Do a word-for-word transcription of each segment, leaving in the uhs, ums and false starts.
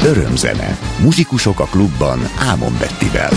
Örömzene. Muzsikusok a klubban Ámon Bettivel.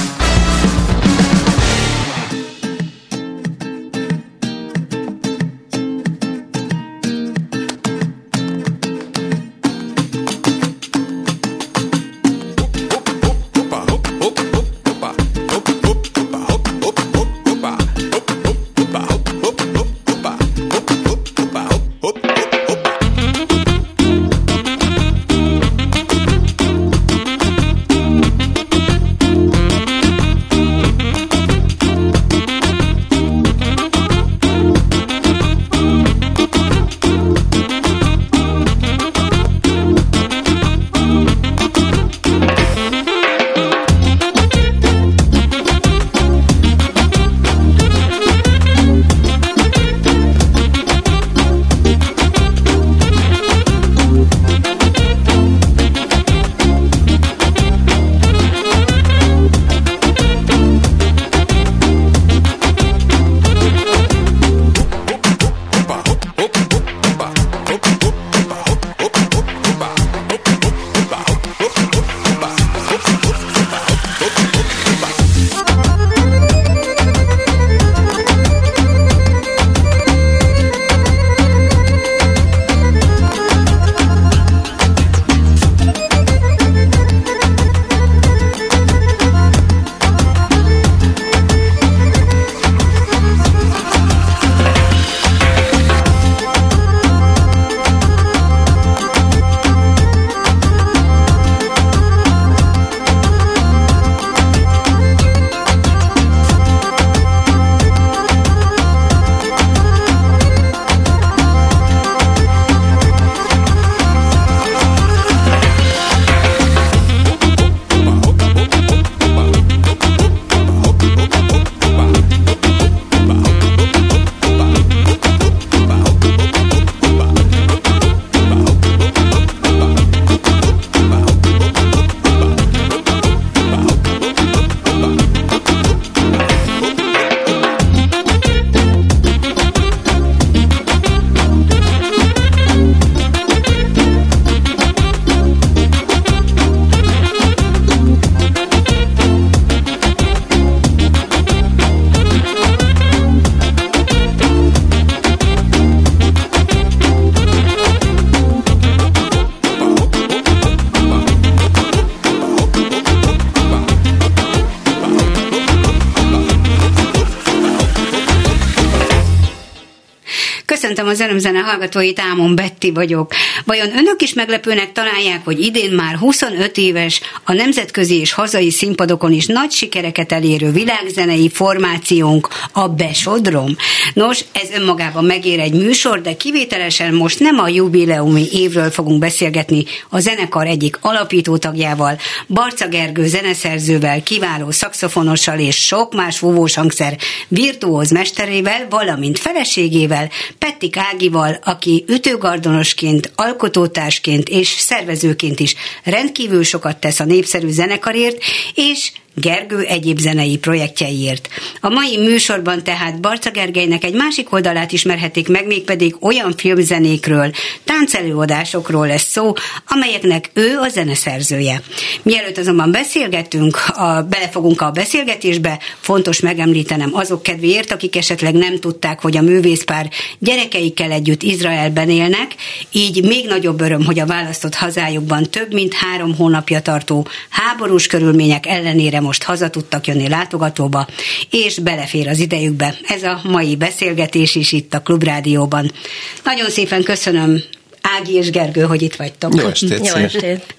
Köszöntöm az Örömzene hallgatóit, Ámon Betti vagyok. Vajon önök is meglepőnek találják, hogy idén már huszonöt éves, a nemzetközi és hazai színpadokon is nagy sikereket elérő világzenei formációnk, a Besodrom? Nos, ez önmagában megér egy műsor, de kivételesen most nem a jubileumi évről fogunk beszélgetni a zenekar egyik alapító tagjával, Barca Gergő zeneszerzővel, kiváló szaxofonossal és sok más fúvós hangszer virtuóz mesterével, valamint feleségével, Pettik Ágival, aki ütőgardonosként, alkotótársként és szervezőként is rendkívül sokat tesz a népszerű zenekarért, és Gergő egyéb zenei projektjeiért. A mai műsorban tehát Barca Gergelynek egy másik oldalát ismerhetik meg, mégpedig olyan filmzenékről, táncelőadásokról lesz szó, amelyeknek ő a zeneszerzője. Mielőtt azonban beszélgetünk, a, belefogunk a beszélgetésbe, fontos megemlítenem azok kedvéért, akik esetleg nem tudták, hogy a művészpár gyerekeikkel együtt Izraelben élnek, így még nagyobb öröm, hogy a választott hazájukban több mint három hónapja tartó háborús körülmények ellenére most haza tudtak jönni látogatóba, és belefér az idejükbe. Ez a mai beszélgetés is itt a Klubrádióban. Nagyon szépen köszönöm, Ági és Gergő, hogy itt vagytok. Jó estét! Jó estét!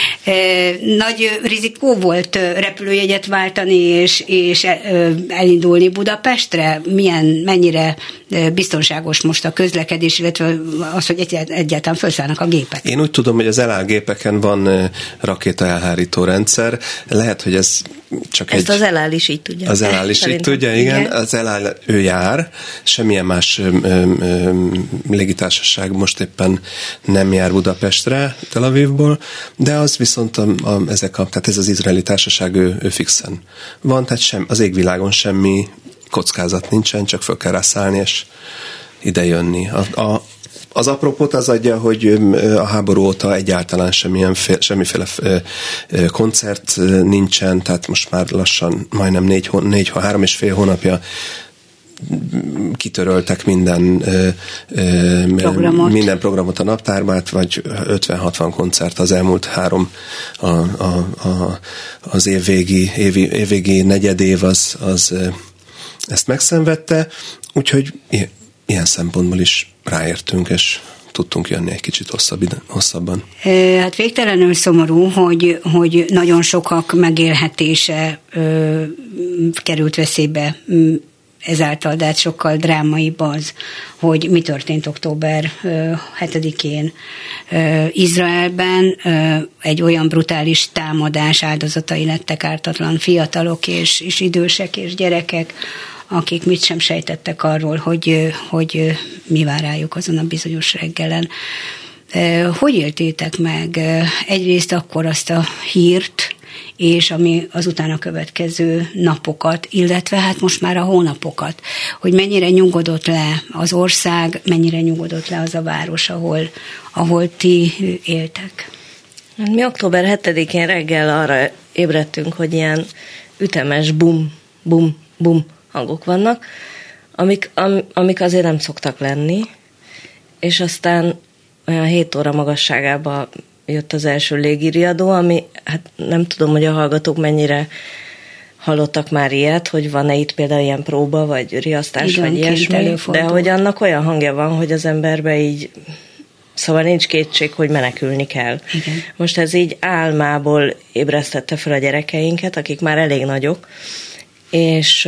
Nagy rizikó volt repülőjegyet váltani és, és elindulni Budapestre? Milyen, mennyire biztonságos most a közlekedés, illetve az, hogy egyáltalán felszállnak a gépek? Én úgy tudom, hogy az el á gépeken van rakéta elhárító rendszer. Lehet, hogy ez csak Ezt egy... az el á is így tudja. Az el á is így tudja, igen. igen. Az el á ő jár, semmilyen más ö, ö, légitársaság most éppen nem jár Budapestre, Tel Avivból, de az viszont a, a, ezek a, tehát ez az izraeli társaság, ő, ő fixen van, tehát sem, az égvilágon semmi kockázat nincsen, csak föl kell rá szállni és ide jönni. A, a Az apropót az adja, hogy a háború óta egyáltalán semmilyen fél, semmiféle koncert nincsen, tehát most már lassan majdnem négy, négy három és fél hónapja kitöröltek minden programot. minden programot a naptárban, vagy ötven-hatvan koncert az elmúlt három a, a, a, az évvégi, évi, évvégi negyedév az, az ezt megszenvedte, úgyhogy ilyen szempontból is ráértünk, és tudtunk jönni egy kicsit hosszabb, hosszabban. Hát végtelenül szomorú, hogy, hogy nagyon sokak megélhetése ö, került veszélybe ezáltal, de hát sokkal drámaibb az, hogy mi történt október hetedikén Izraelben. Egy olyan brutális támadás áldozatai lettek ártatlan fiatalok és, és idősek és gyerekek, akik mit sem sejtettek arról, hogy, hogy mi vár rájuk azon a bizonyos reggelen. Hogy éltétek meg egyrészt akkor azt a hírt, és ami az utána következő napokat, illetve hát most már a hónapokat, hogy mennyire nyugodott le az ország, mennyire nyugodott le az a város, ahol, ahol ti éltek? Mi október hetedikén reggel arra ébredtünk, hogy ilyen ütemes bum, bum, bum hangok vannak, amik, am, amik azért nem szoktak lenni, és aztán olyan hét óra magasságába jött az első légiriadó, ami, hát nem tudom, hogy a hallgatók mennyire hallottak már ilyet, hogy van-e itt például ilyen próba, vagy riasztás, igen, vagy ilyesmi, de hogy annak olyan hangja van, hogy az emberbe így, szóval nincs kétség, hogy menekülni kell. Igen. Most ez így álmából ébresztette fel a gyerekeinket, akik már elég nagyok, és...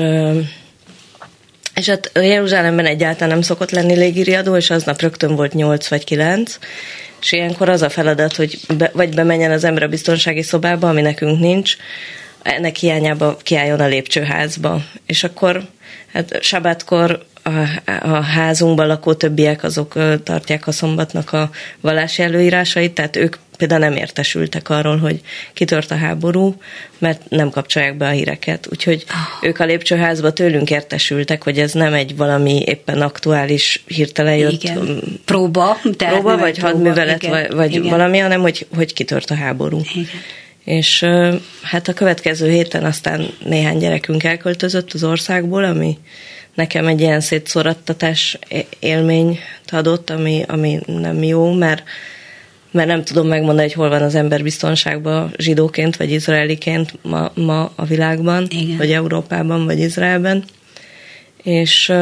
És hát Jeruzsálemben egyáltalán nem szokott lenni légiriadó, és aznap rögtön volt nyolc vagy kilenc, és ilyenkor az a feladat, hogy be, vagy bemenjen az ember a biztonsági szobába, ami nekünk nincs, ennek hiányába kiálljon a lépcsőházba. És akkor hát sabátkor a, a házunkban lakó többiek azok tartják a szombatnak a vallási előírásait, tehát ők például nem értesültek arról, hogy kitört a háború, mert nem kapcsolják be a híreket. Úgyhogy oh. ők a lépcsőházba tőlünk értesültek, hogy ez nem egy valami éppen aktuális hirtelen jött igen. próba, próba vagy próba, hadművelet, igen. vagy, vagy igen. valami, hanem hogy, hogy kitört a háború. Igen. És hát a következő héten aztán néhány gyerekünk elköltözött az országból, ami nekem egy ilyen szétszórattatás élményt adott, ami, ami nem jó, mert, mert nem tudom megmondani, hogy hol van az ember biztonságban zsidóként, vagy izraeliként ma, ma a világban, igen. vagy Európában, vagy Izraelben. És,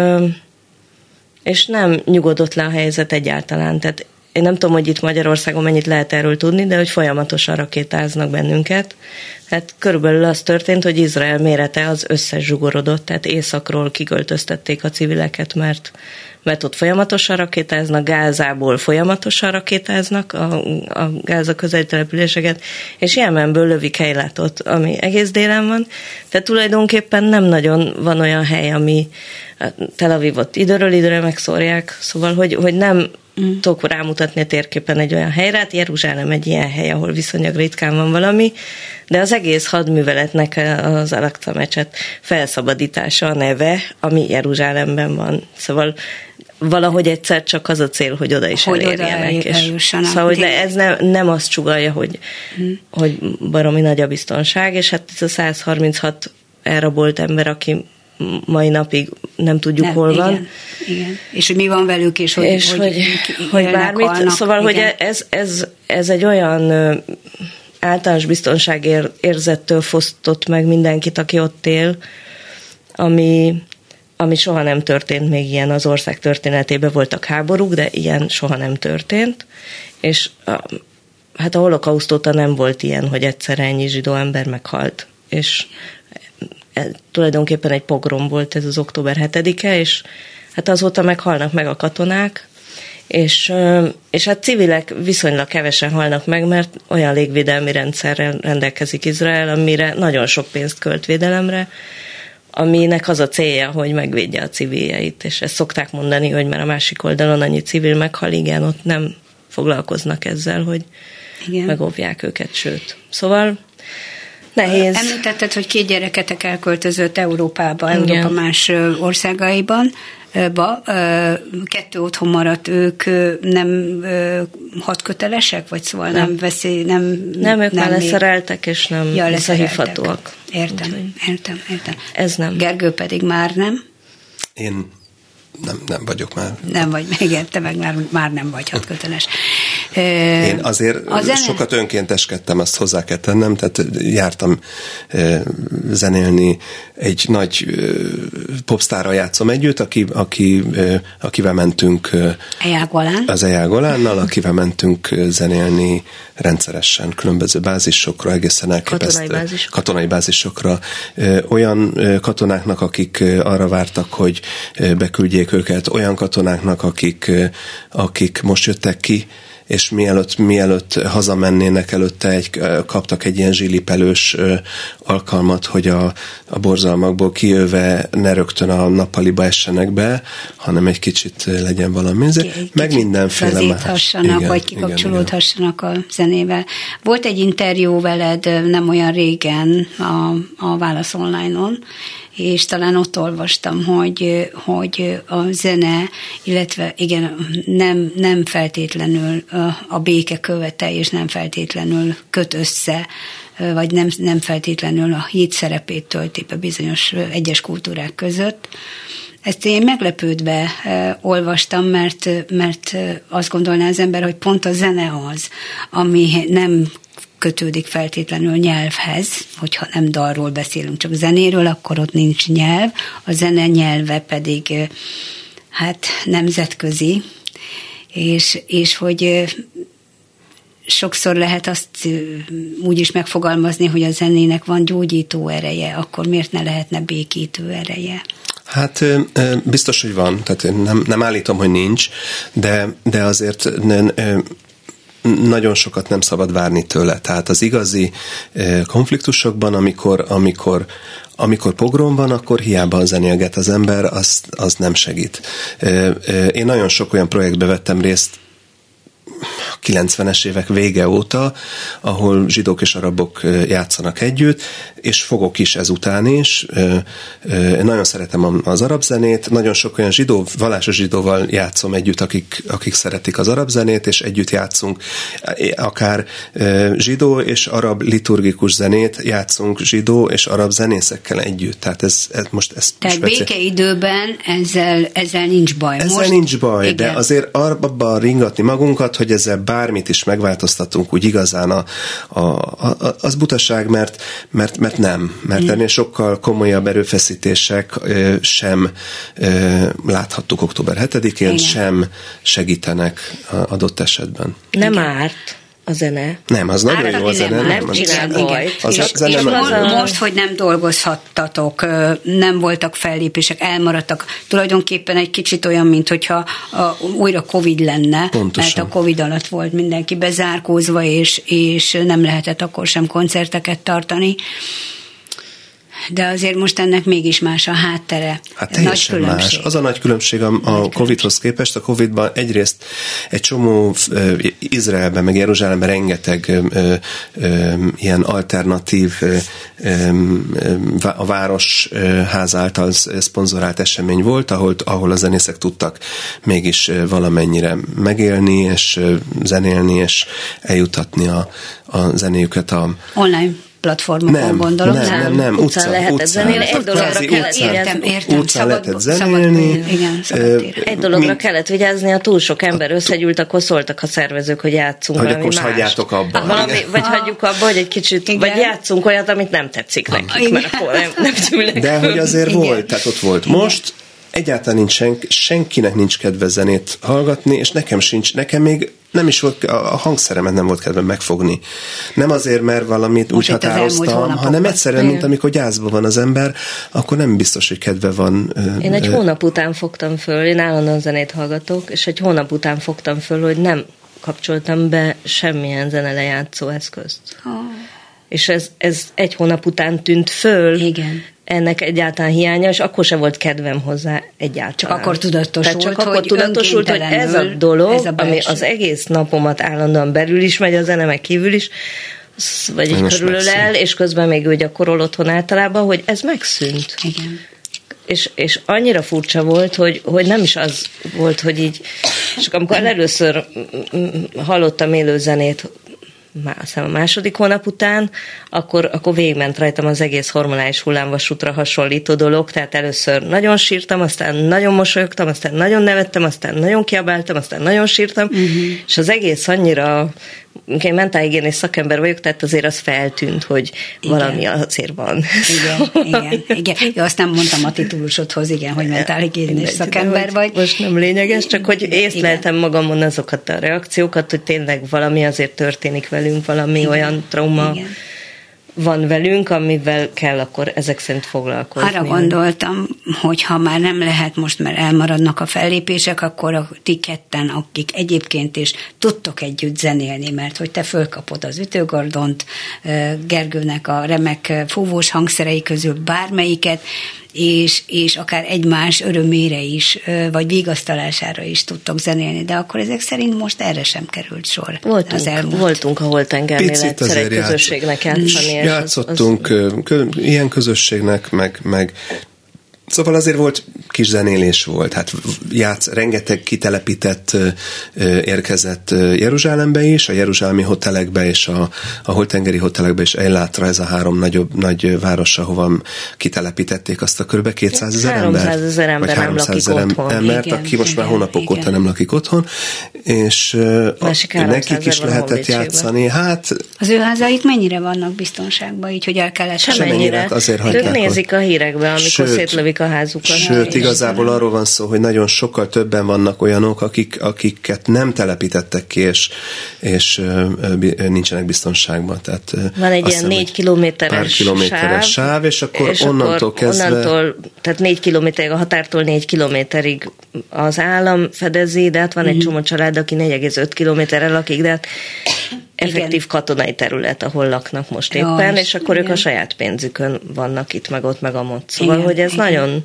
és nem nyugodott le a helyzet egyáltalán. Tehát én nem tudom, hogy itt Magyarországon mennyit lehet erről tudni, de hogy folyamatosan rakétáznak bennünket. Hát körülbelül az történt, hogy Izrael mérete az összezsugorodott, tehát északról kiköltöztették a civileket, mert, mert ott folyamatosan rakétáznak, Gázából folyamatosan rakétáznak a, a Gáza közeli településeket, és Jemenből lövik Eilatot, ami egész délen van. Tehát tulajdonképpen nem nagyon van olyan hely, ami Tel Avivot időről időre megszórják, szóval, hogy, hogy nem Mm. tudok rámutatni a térképen egy olyan helyre, hát Jeruzsálem egy ilyen hely, ahol viszonylag ritkán van valami, de az egész hadműveletnek az Al-Aqsa mecset felszabadítása a neve, ami Jeruzsálemben van. Szóval valahogy egyszer csak az a cél, hogy oda is hogy elérjenek. Oda és szóval, hogy ez nem, nem azt csugalja, hogy, mm. hogy baromi nagy a biztonság, és hát ez a száz harminchat elrabolt ember, aki mai napig nem tudjuk, nem, hol van. Igen, igen. És hogy mi van velük, és hogy, és hogy, hogy, hogy bármit. Halnak. Szóval, igen. hogy ez, ez, ez egy olyan általános biztonságérzettől fosztott meg mindenkit, aki ott él, ami, ami soha nem történt, még ilyen az ország történetében voltak háborúk, de ilyen soha nem történt. És a, hát a holokauszt óta nem volt ilyen, hogy egyszer ennyi zsidó ember meghalt. És tulajdonképpen egy pogrom volt ez az október hetedike, és hát azóta meghalnak meg a katonák, és, és hát civilek viszonylag kevesen halnak meg, mert olyan légvédelmi rendszerrel rendelkezik Izrael, amire nagyon sok pénzt költ védelemre, aminek az a célja, hogy megvédje a civiljeit, és ezt szokták mondani, hogy már a másik oldalon annyi civil meghal, igen, ott nem foglalkoznak ezzel, hogy igen. megóvják őket, sőt. Szóval nehéz. Említetted, hogy két gyereketek elköltözött Európába, igen. Európa más országaiban. ba, kettő otthon maradt, ők nem hatkötelesek, vagy szóval nem, nem veszély, nem... Nem, ők nem már leszereltek, és nem ja, visszahívhatóak. Értem, értem, értem. Ez nem. Gergő pedig már nem? Én nem, nem vagyok már. Nem vagy, igen, te meg már, már nem vagy hatköteles. Én azért az sokat önkénteskedtem, azt hozzá kell tennem, tehát jártam zenélni, egy nagy popsztárral játszom együtt, aki, aki, akivel mentünk Eyal Golan. az Eyal Golánnal, akivel mentünk zenélni rendszeresen különböző bázisokra, egészen elképesztő katonai, bázis. katonai bázisokra, olyan katonáknak, akik arra vártak, hogy beküldjék őket, olyan katonáknak, akik, akik most jöttek ki, és mielőtt, mielőtt hazamennének, előtte egy, kaptak egy ilyen zsilipelős alkalmat, hogy a, a borzalmakból kijöve ne rögtön a nappaliba essenek be, hanem egy kicsit legyen valami. Egy meg mindenféle más. Igen, vagy kikapcsolódhassanak igen, igen. a zenével. Volt egy interjú veled nem olyan régen a, a Válasz Online-on, és talán ott olvastam, hogy, hogy a zene, illetve igen, nem, nem feltétlenül a béke követe, és nem feltétlenül köt össze, vagy nem, nem feltétlenül a hit szerepét tölti be bizonyos egyes kultúrák között. Ezt én meglepődve olvastam, mert, mert azt gondolná az ember, hogy pont a zene az, ami nem kötődik feltétlenül nyelvhez, hogyha nem dalról beszélünk, csak zenéről, akkor ott nincs nyelv, a zene nyelve pedig hát nemzetközi, és, és hogy sokszor lehet azt úgy is megfogalmazni, hogy a zenének van gyógyító ereje, akkor miért ne lehetne békítő ereje? Hát biztos, hogy van, tehát én nem, nem állítom, hogy nincs, de, de azért nem, nagyon sokat nem szabad várni tőle. Tehát az igazi konfliktusokban, amikor, amikor, amikor pogrom van, akkor hiába zenélget az ember, az, az nem segít. Én nagyon sok olyan projektbe vettem részt, kilencvenes évek vége óta, ahol zsidók és arabok játszanak együtt, és fogok is ezután is. Én nagyon szeretem az arab zenét, nagyon sok olyan zsidó, vallásos zsidóval játszom együtt, akik, akik szeretik az arab zenét, és együtt játszunk akár zsidó és arab liturgikus zenét játszunk zsidó és arab zenészekkel együtt. Tehát ez, ez most ez Tehát speciál... békeidőben ezzel, ezzel nincs baj. Ezzel most, nincs baj, igen. De azért abban ringatni magunkat, hogy ezzel bármit is megváltoztatunk, úgy igazán a, a, a, az butaság, mert, mert, mert nem. Mert ennél sokkal komolyabb erőfeszítések sem láthattuk október hetedikén, igen. sem segítenek adott esetben. Nem igen. árt a zene. Nem, az nagyon Ára, jó a zene. Nem, nem, nem csinál bajt. Az és, zene és most, nagyon most, hogy nem dolgozhattatok, nem voltak fellépések, elmaradtak, tulajdonképpen egy kicsit olyan, mint hogyha a, újra Covid lenne, pontosan. Mert a Covid alatt volt mindenki bezárkózva, és, és nem lehetett akkor sem koncerteket tartani. De azért most ennek mégis más a háttere. Hát teljesen nagy más. Az a nagy különbség a, a Covidhoz képest. A Covidban egyrészt egy csomó uh, Izraelben, meg Jeruzsálemben rengeteg uh, uh, ilyen alternatív uh, um, a Városház által szponzorált esemény volt, ahol, ahol a zenészek tudtak mégis uh, valamennyire megélni, és uh, zenélni, és eljutatni a, a zenéjüket a... Online platformokon nem, gondolom. Nem, nem, nem. Utcán, utcán lehetett zenélni. Egy dologra kellett, értem, értem. Utcán lehetett zenélni. Egy dologra mint, kellett vigyázni, a túl sok ember összegyűlt, akkor szóltak a szervezők, hogy játszunk hogy valami más. Hagyjátok abba. Valami, vagy hagyjuk abba, hogy egy kicsit, igen. vagy játszunk olyat, amit nem tetszik nekik, igen. mert akkor nem, nem tűlnek. De hogy azért igen. volt, tehát ott volt. Igen. Most egyáltalán nincs senki, senkinek nincs kedve zenét hallgatni, és nekem sincs, nekem még nem is volt, a hangszeremet nem volt kedve megfogni. Nem azért, mert valamit most úgy határoztam, hanem egyszerűen, mint amikor gyászban van az ember, akkor nem biztos, hogy kedve van. Én egy hónap után fogtam föl, én állandóan zenét hallgatok, és egy hónap után fogtam föl, hogy nem kapcsoltam be semmilyen zenelejátszó eszközt. Oh. És ez, ez egy hónap után tűnt föl. Igen. Ennek egyáltalán hiánya, és akkor se volt kedvem hozzá egyáltalán. Csak akkor tudatosult, csak akkor hogy, tudatosult, hogy ez a dolog, ez a ami az egész napomat állandóan belül is megy, a zene meg kívül is, vagy így körülölel, és közben még úgy a korol otthon általában, hogy ez megszűnt. Igen. és, és annyira furcsa volt, hogy, hogy nem is az volt, hogy így, és amikor először hallottam élő zenét, már a második hónap után, akkor, akkor végigment rajtam az egész hormonális hullámvasútra hasonlító dolog, tehát először nagyon sírtam, aztán nagyon mosolyogtam, aztán nagyon nevettem, aztán nagyon kiabáltam, aztán nagyon sírtam, uh-huh. és az egész annyira, én mentálhigiénész szakember vagyok, tehát azért az feltűnt, hogy igen. valami azért van. Igen, igen, igen. Ja, azt nem mondtam a titulusodhoz, igen, hogy mentálhigiénész szakember vagy. Most nem lényeges, csak hogy észleltem magamon azokat a reakciókat, hogy tényleg valami azért történik velünk, valami igen. olyan trauma igen. van velünk, amivel kell akkor ezek szerint foglalkozni. Arra gondoltam, hogy ha már nem lehet most, mert elmaradnak a fellépések, akkor a ti ketten, akik egyébként is tudtok együtt zenélni, mert hogy te fölkapod az ütőgordont, Gergőnek a remek fúvós hangszerei közül bármelyiket, és, és akár egymás örömére is, vagy vigasztalására is tudtok zenélni, de akkor ezek szerint most erre sem került sor. Voltunk, az elmúlt. voltunk a Holtengernél egyszer egy közösségnek játszani. Játszottunk az, az... Kö, ilyen közösségnek, meg, meg szóval azért volt, kis zenélés volt, hát játsz, rengeteg kitelepített érkezett Jeruzsálembe is, a jeruzsálemi hotelekbe és a, a holtengeri hotelekbe is ellátra ez a három nagyobb, nagy város, ahova kitelepítették azt a kb. kétszázezer ember. háromszázezer ember nem lakik otthon. Embert, igen, aki most igen, már hónapok igen. óta nem lakik otthon, és nekik is lehetett játszani. Hát, az ő házaik mennyire vannak biztonságban, így, hogy el kellett semennyire. Ők nézik a hírekbe, amikor sőt, szétlövik a házukat. Sőt, igazából arról van szó, hogy nagyon sokkal többen vannak olyanok, akik, akiket nem telepítettek ki, és, és nincsenek biztonságban. Tehát van egy ilyen négy kilométeres, kilométeres sáv, sáv, és akkor és onnantól akkor kezdve... Onnantól, tehát négy kilométerig, a határtól négy kilométerig az állam fedezi, de hát van egy mm. csomó család, aki négy egész öt kilométerre lakik, de hát effektív igen. katonai terület, ahol laknak most éppen, ja, és akkor igen. ők a saját pénzükön vannak itt, meg ott, meg amott. Szóval, igen, hogy ez igen. nagyon...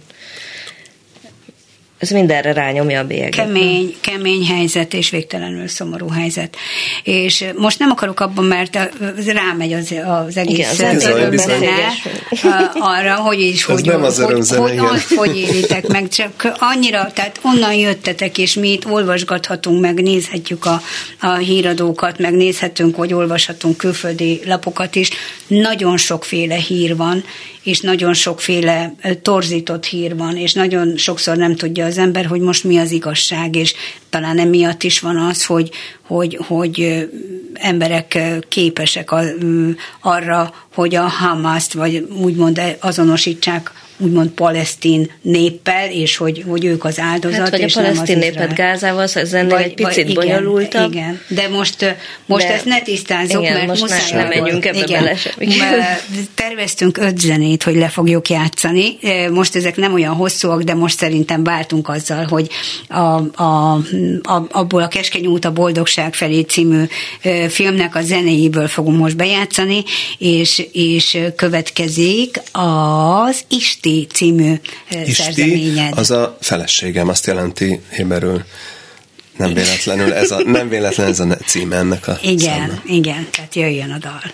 Ez mindenre rányomja a bélyeget. Kemény, kemény helyzet, és végtelenül szomorú helyzet. És most nem akarok abban, mert rámegy az, az egész örömzene arra, hogy is, hogy, az hogy, hogy, hogy azt hogy élitek meg. Csak annyira, tehát onnan jöttetek, és mi itt olvasgathatunk, meg nézhetjük a, a híradókat, meg nézhetünk, hogy olvashatunk külföldi lapokat is. Nagyon sokféle hír van, és nagyon sokféle torzított hír van, és nagyon sokszor nem tudja az ember, hogy most mi az igazság, és talán emiatt is van az, hogy, hogy, hogy emberek képesek arra, hogy a Hamaszt, vagy úgymond azonosítsák úgymond palesztin néppel, és hogy, hogy ők az áldozat. Hát, hogy és a palesztin népet Gázával, ez ennél egy picit bonyolultabb. Igen, de most, most de, ezt ne tisztázzuk, igen, mert most muszáj. Nem menjünk ebbe igen. bele sem. Terveztünk öt zenét, hogy le fogjuk játszani. Most ezek nem olyan hosszúak, de most szerintem váltunk azzal, hogy a, a, a, abból a Keskeny út a boldogság felé című filmnek a zenéjéből fogunk most bejátszani, és, és következik az Isti című Isti, szerzeményed. Az a feleségem, azt jelenti héberül. Nem véletlenül ez a, nem véletlenül ez a címe ennek a igen, számnak. igen, tehát jöjjön a dal.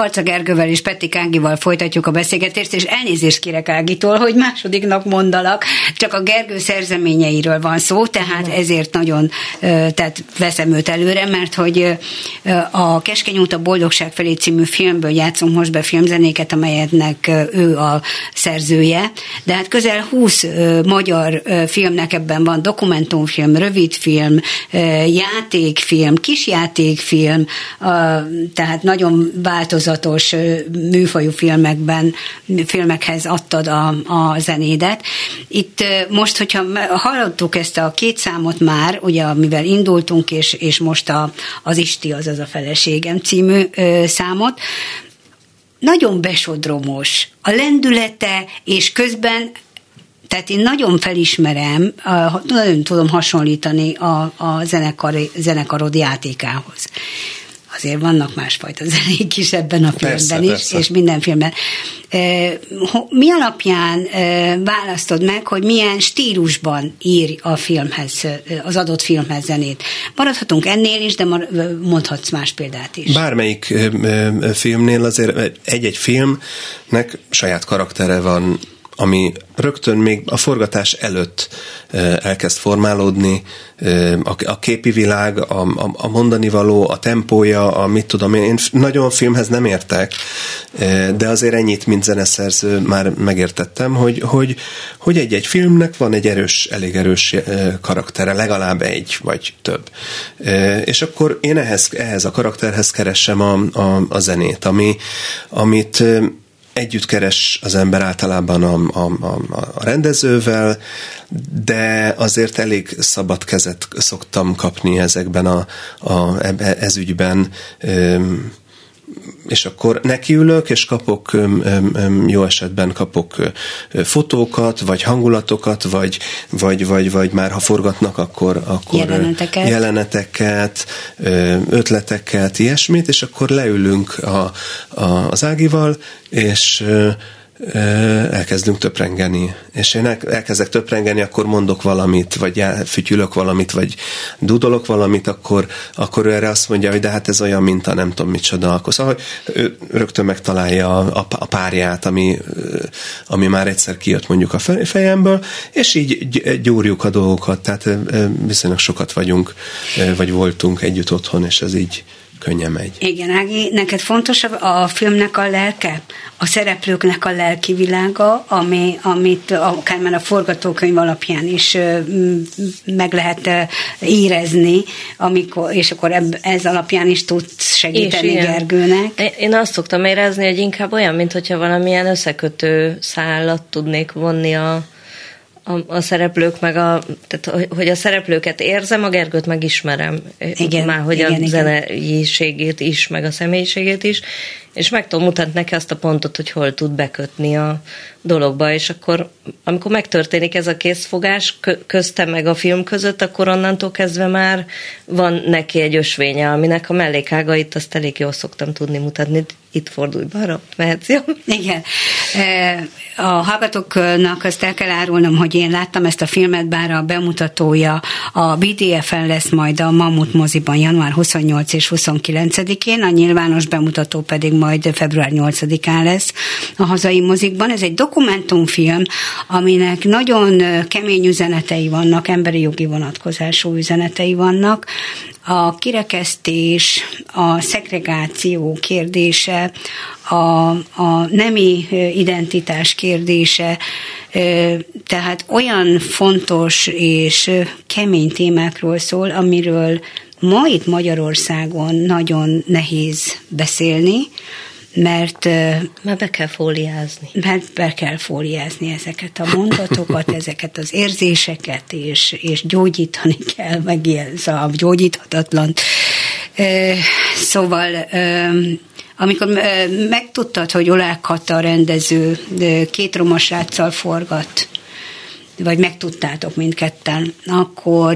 Harcag Gergővel és Pettik Ágival folytatjuk a beszélgetést, és elnézést kérek Ágitól, hogy második nap mondalak, csak a Gergő szerzeményeiről van szó, tehát ezért nagyon tehát veszem őt előre, mert hogy a Keskeny út a boldogság felé című filmből játszunk most be filmzenéket, amelyetnek ő a szerzője, de hát közel húsz magyar filmnek ebben van dokumentumfilm, rövidfilm, játékfilm, kisjátékfilm, tehát nagyon változatos műfajú filmekben, filmekhez adtad a, a zenédet. Itt most, hogyha hallottuk ezt a két számot már, ugye, amivel indultunk, és, és most a, az Isti, azaz a feleségem című ö, számot, nagyon besodromos a lendülete, és közben, tehát én nagyon felismerem, nagyon tudom hasonlítani a, a zenekar, zenekarod játékához. Azért vannak másfajta zenék is ebben a filmben persze, is, persze. És minden filmben. Mi alapján választod meg, hogy milyen stílusban ír a filmhez, az adott filmhez zenét? Maradhatunk ennél is, de mondhatsz más példát is. Bármelyik filmnél azért egy-egy filmnek saját karaktere van, ami rögtön még a forgatás előtt elkezd formálódni, a képi világ, a, a, a mondani való, a tempója, a mit tudom én, én nagyon filmhez nem értek, de azért ennyit, mint zeneszerző már megértettem, hogy, hogy, hogy egy-egy filmnek van egy erős, elég erős karaktere, legalább egy, vagy több. És akkor én ehhez, ehhez a karakterhez keresem a, a, a zenét, ami, amit együtt keres az ember általában a, a, a, a rendezővel, de azért elég szabad kezet szoktam kapni ezekben a, a ez ügyben, és akkor nekiülök, és kapok, jó esetben kapok fotókat, vagy hangulatokat, vagy, vagy, vagy, vagy már ha forgatnak, akkor, akkor jeleneteket. jeleneteket, ötleteket, ilyesmit, és akkor leülünk a, a, az Ágival, és elkezdünk töprengeni. És én elkezdek töprengeni, akkor mondok valamit, vagy fütyülök valamit, vagy dudolok valamit, akkor, akkor ő erre azt mondja, hogy de hát ez olyan, mint a nem tudom micsoda. Akkor szóval ő rögtön megtalálja a, a párját, ami, ami már egyszer kijött mondjuk a fejemből, és így gyúrjuk a dolgokat. Tehát viszonylag sokat vagyunk, vagy voltunk együtt otthon, és ez így könnyen megy. Igen, Ági, neked fontos a filmnek a lelke? A szereplőknek a lelki világa, ami, amit akár már a forgatókönyv alapján is meg lehet érezni, amikor, és akkor ebb, ez alapján is tudsz segíteni Gergőnek. Én azt szoktam érezni, hogy inkább olyan, mintha valamilyen összekötő szállat tudnék vonni a A, a szereplők meg a, tehát hogy a szereplőket érzem, a Gergőt megismerem. Igen, már hogy igen, a zeneiségét is, meg a személyiségét is, és meg tudom mutatni neki azt a pontot, hogy hol tud bekötni a dologba, és akkor amikor megtörténik ez a készfogás köztem meg a film között, akkor onnantól kezdve már van neki egy ösvénye, aminek a mellékágait azt elég jól szoktam tudni mutatni. Itt fordulj balra, mehetsz, jó? Igen. A hallgatóknak azt el kell árulnom, hogy én láttam ezt a filmet, bár a bemutatója a bé dé ef-en lesz majd a Mammut moziban január huszonnyolcadikán és huszonkilencedikén, a nyilvános bemutató pedig majd február nyolcadikán lesz a hazai mozikban. Ez egy dokumentumfilm, aminek nagyon kemény üzenetei vannak, emberi jogi vonatkozású üzenetei vannak. A kirekesztés, a szegregáció kérdése, a, a nemi identitás kérdése, tehát olyan fontos és kemény témákról szól, amiről ma itt Magyarországon nagyon nehéz beszélni, mert, mert be kell fóliázni. Mert be kell fóliázni ezeket a mondatokat, ezeket az érzéseket, és, és gyógyítani kell, meg ilyen, szóval gyógyíthatatlan. Szóval amikor megtudtad, hogy Oláh Kata rendező két roma sráccal forgat, vagy megtudtátok mindketten, akkor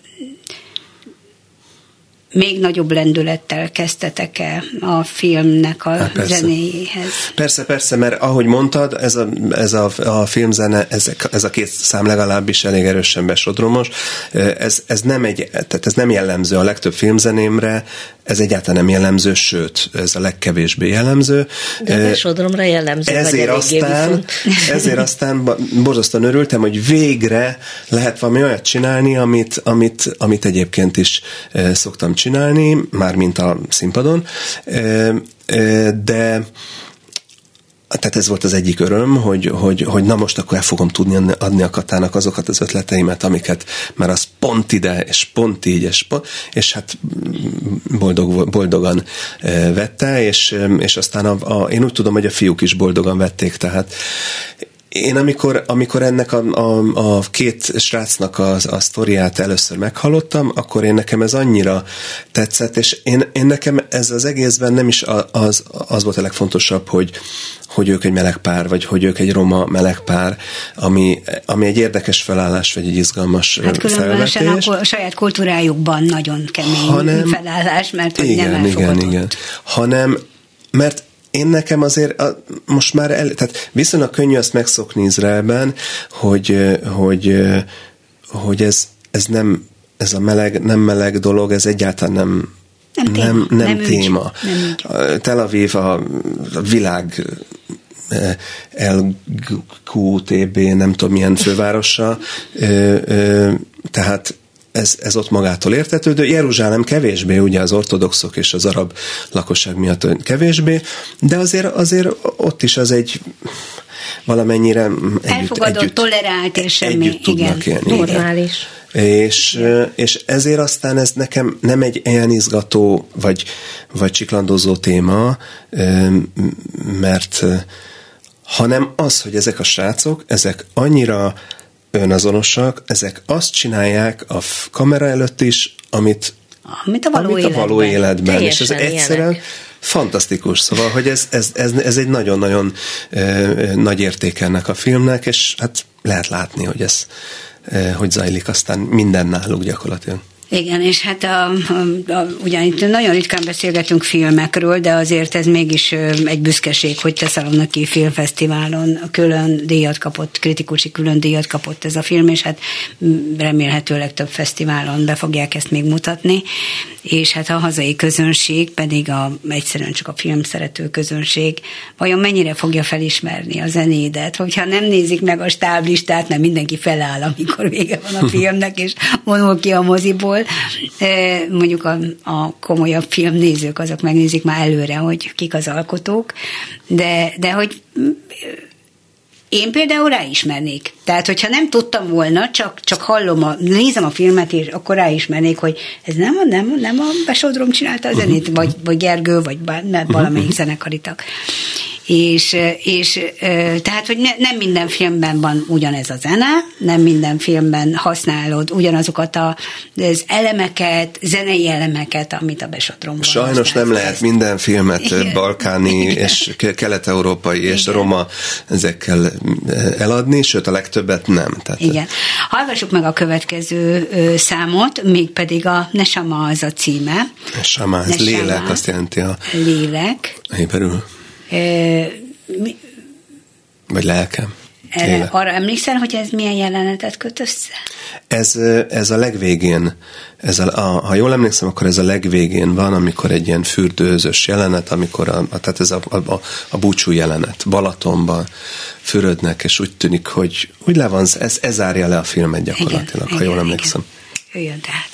még nagyobb lendülettel kezdtetek el a filmnek a hát persze. zenéjéhez. Persze, persze, mert ahogy mondtad, ez a, ez a, a filmzene, ez, ez a két szám legalábbis elég erősen besodromos. Ez, ez, nem egy, tehát ez nem jellemző a legtöbb filmzenémre, ez egyáltalán nem jellemző, sőt, ez a legkevésbé jellemző. De a Besodromra jellemző. Ezért aztán, ezért aztán borzasztóan örültem, hogy végre lehet valami olyat csinálni, amit, amit, amit egyébként is szoktam csinálni, mármint a színpadon, de tehát ez volt az egyik öröm, hogy, hogy, hogy na most akkor el fogom tudni adni a Katának azokat az ötleteimet, amiket, mert az pont ide, és pont így, és, pont, és hát boldog, boldogan vette, és, és aztán a, a, én úgy tudom, hogy a fiúk is boldogan vették, tehát én amikor, amikor ennek a, a, a két srácnak a, a sztoriát először meghallottam, akkor én nekem ez annyira tetszett, és én, én nekem ez az egészben nem is az, az volt a legfontosabb, hogy, hogy ők egy meleg pár, vagy hogy ők egy roma meleg pár, ami, ami egy érdekes felállás, vagy egy izgalmas hát felvetés. Hát a saját kultúrájukban nagyon kemény hanem, felállás, mert hogy igen, nem elfogadott. Igen, igen. Hanem, mert én nekem azért a, most már el, tehát viszonylag könnyű azt megszokni Izraelben, hogy, hogy, hogy ez, ez nem, ez a meleg, nem meleg dolog, ez egyáltalán nem nem téma. Nem, nem nem téma. Nem Tel Aviv a, a világ el kú té bé, nem tudom milyen fővárosa, tehát Ez, ez ott magától értetődő. Jeruzsálem kevésbé, ugye az ortodoxok és az arab lakosság miatt kevésbé, de azért, azért ott is az egy valamennyire együtt, elfogadott, együtt, tolerált és semmi. Együtt tudnak igen, élni. Normális. És, és ezért aztán ez nekem nem egy ilyen izgató vagy, vagy csiklandozó téma, mert hanem az, hogy ezek a srácok, ezek annyira önazonosak, ezek azt csinálják a kamera előtt is, amit, amit a való amit életben. A való életben. És ez ilyenek. egyszerűen fantasztikus. Szóval, hogy ez, ez, ez, ez egy nagyon-nagyon eh, nagy érték ennek a filmnek, és hát lehet látni, hogy ez eh, hogy zajlik aztán minden náluk gyakorlatilag. Igen, és hát a, a, a, ugyan itt nagyon ritkán beszélgetünk filmekről, de azért ez mégis egy büszkeség, hogy Tesszaloniki Filmfesztiválon külön díjat kapott, kritikusi külön díjat kapott ez a film, és hát remélhetőleg több fesztiválon be fogják ezt még mutatni, és hát a hazai közönség pedig a, egyszerűen csak a filmszerető közönség vajon mennyire fogja felismerni a zenédet, hogyha nem nézik meg a stáblistát, mert mindenki feláll, amikor vége van a filmnek, és vonul ki a moziból, mondjuk a, a komolyabb filmnézők azok megnézik már előre, hogy kik az alkotók, de, de hogy én például ráismernék. Tehát, hogyha nem tudtam volna, csak, csak hallom, a, nézem a filmet, és akkor ráismernék, hogy ez nem a, nem, nem a Besodrom csinálta a zenét, uh-huh. vagy, vagy Gergő, vagy bár, nem, valamelyik uh-huh. zenekaritak. És, és tehát, hogy ne, nem minden filmben van ugyanez a zene, nem minden filmben használod ugyanazokat a, az elemeket, zenei elemeket, amit a Besodromban sajnos használsz. nem lehet minden filmet igen. balkáni igen. és kelet-európai és igen. roma ezekkel eladni, sőt a legtöbbet nem. Tehát igen. Hallgassuk meg a következő számot, mégpedig a Nesama az a címe. Nesama, ez lélek, azt jelenti a lélek. héberül. E, mi, vagy lelkem. Erre, arra emlékszel, hogy ez milyen jelenetet köt össze? Ez, ez a legvégén, ez a, a, ha jól emlékszem, akkor ez a legvégén van, amikor egy ilyen fürdőzős jelenet, amikor a, a, tehát ez a, a, a búcsú jelenet, Balatonban fürödnek, és úgy tűnik, hogy úgy le van, ez, ez zárja le a filmet gyakorlatilag, igen, ha jól igen, emlékszem. Igen. Jöjjön tehát.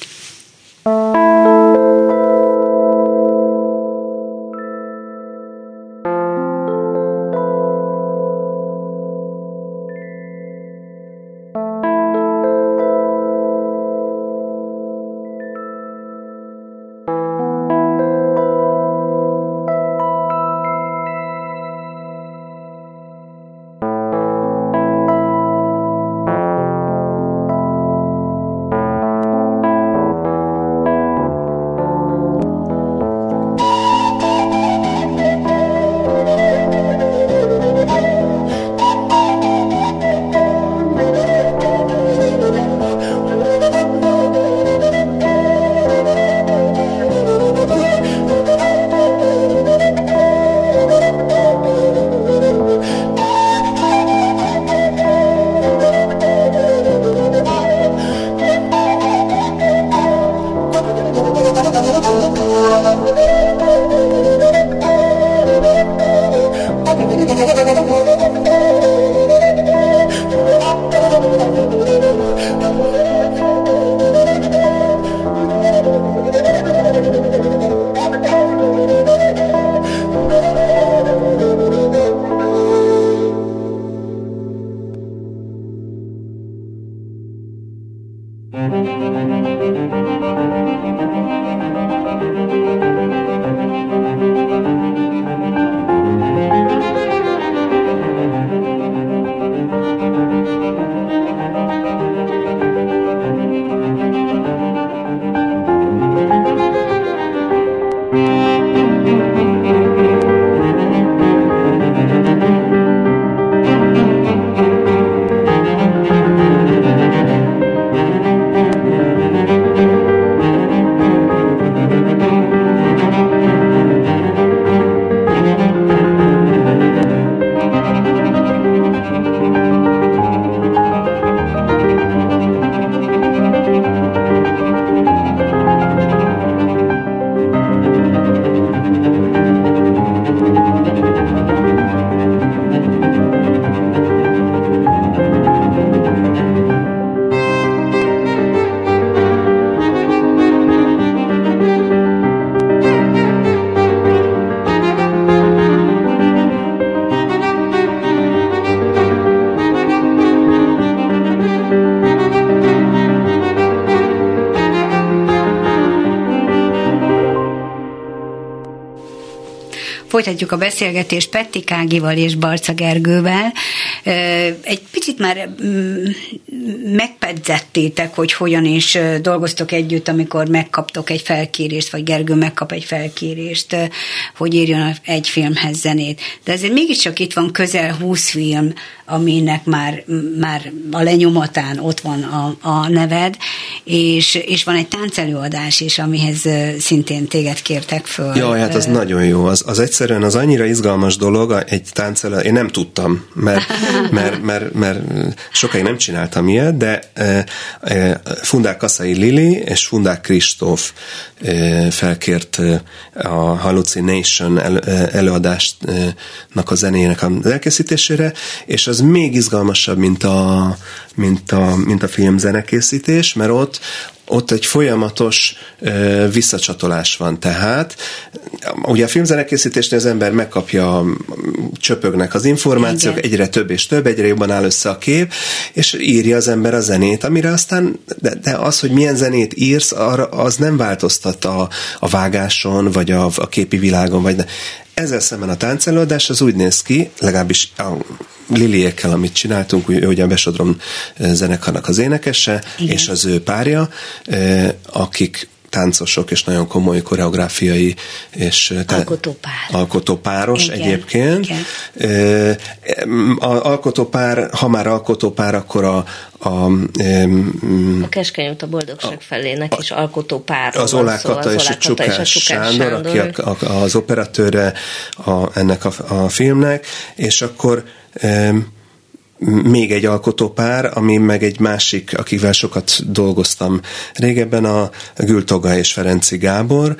Folytatjuk a beszélgetést Petti Kágival és Barca Gergővel. Egy picit már megpedzettétek, hogy hogyan is dolgoztok együtt, amikor megkaptok egy felkérést, vagy Gergő megkap egy felkérést, hogy írjon egy filmhez zenét. De azért mégiscsak itt van közel húsz film, aminek már, már a lenyomatán ott van a, a neved, és, és van egy táncelőadás is, amihez szintén téged kértek föl. Jaj, hát az nagyon jó. Az, az egyszerűen az annyira izgalmas dolog, egy táncelő, én nem tudtam, mert, mert, mert, mert sokáig nem csináltam ilyet, de e, e, Fundák Kaszai Lili és Fundák Kristóf e, felkért a Hallucination el, előadásnak a zenének az elkészítésére, és az még izgalmasabb, mint a, mint a, mint a filmzenekészítés, mert ott ott egy folyamatos ö, visszacsatolás van. Tehát ugye a filmzenekészítésnél az ember megkapja, csöpögnek az információk, igen, egyre több és több, egyre jobban áll össze a kép, és írja az ember a zenét, amire aztán, de, de az, hogy milyen zenét írsz, arra, az nem változtat a, a vágáson, vagy a, a képi világon, vagy de. Ezzel szemben a táncelőadás az úgy néz ki, legalábbis a Liliekkel, amit csináltunk, ő ugye a Besodrom zenekarnak az énekese, igen, és az ő párja, akik táncosok, és nagyon komoly koreográfiai és alkotópár. alkotópáros, igen, egyébként. Igen. A alkotópár, ha már alkotópár, akkor a a, a Keskeny út a boldogság felének is alkotópárról az Olá Kata és a Csukás Sándor, aki a, a, az operatőre a, ennek a, a filmnek, és akkor um, még egy alkotópár, ami meg egy másik, akivel sokat dolgoztam régebben, a Gültoga és Ferenci Gábor,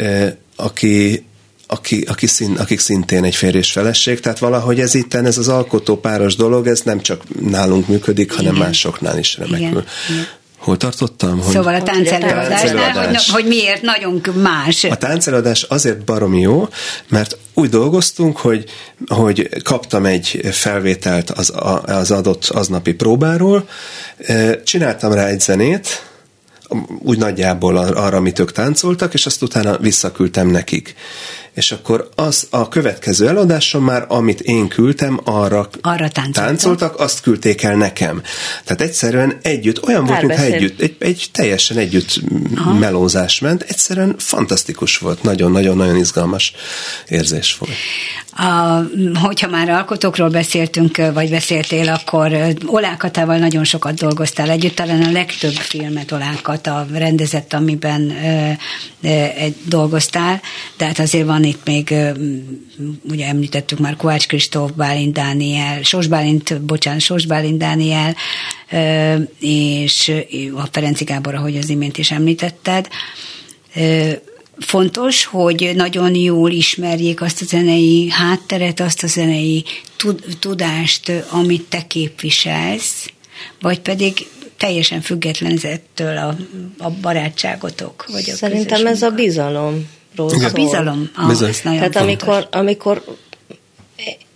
aki Aki, aki szín, akik szintén egy férj és feleség, tehát valahogy ez itten, ez az alkotópáros dolog, ez nem csak nálunk működik, igen, hanem másoknál is remekül. Igen. Hol tartottam? Hogy szóval a táncelőadásnál, hogy, hogy miért nagyon más. A táncelőadás azért baromi jó, mert úgy dolgoztunk, hogy, hogy kaptam egy felvételt az, az adott aznapi próbáról, csináltam rá egy zenét, úgy nagyjából arra, amit ők táncoltak, és azt utána visszaküldtem nekik. És akkor az a következő eladáson már, amit én küldtem, arra, arra táncoltak, azt küldték el nekem. Tehát egyszerűen együtt, olyan volt, mintha együtt, egy, egy teljesen együtt aha, melózás ment, egyszerűen fantasztikus volt, nagyon-nagyon-nagyon izgalmas érzés volt. A, hogyha már alkotókról beszéltünk, vagy beszéltél, akkor Olá Katával nagyon sokat dolgoztál együtt, talán a legtöbb filmet Olá Kata rendezett, amiben ö, ö, dolgoztál, de hát azért van itt még, ö, ugye említettük már Kovács Kristóf, Bálint Dániel, Sós Bálint, bocsánat, Sós Bálint Dániel, ö, és a Ferenci Gábor, ahogy az imént is említetted. Ö, Fontos, hogy nagyon jól ismerjék azt a zenei hátteret, azt a zenei tudást, amit te képviselsz, vagy pedig teljesen független ettől a, a barátságotok, vagy a Szerintem ez a bizalomról szól. A bizalom. Ah, Bizony. ez nagyon Tehát fontos. amikor, amikor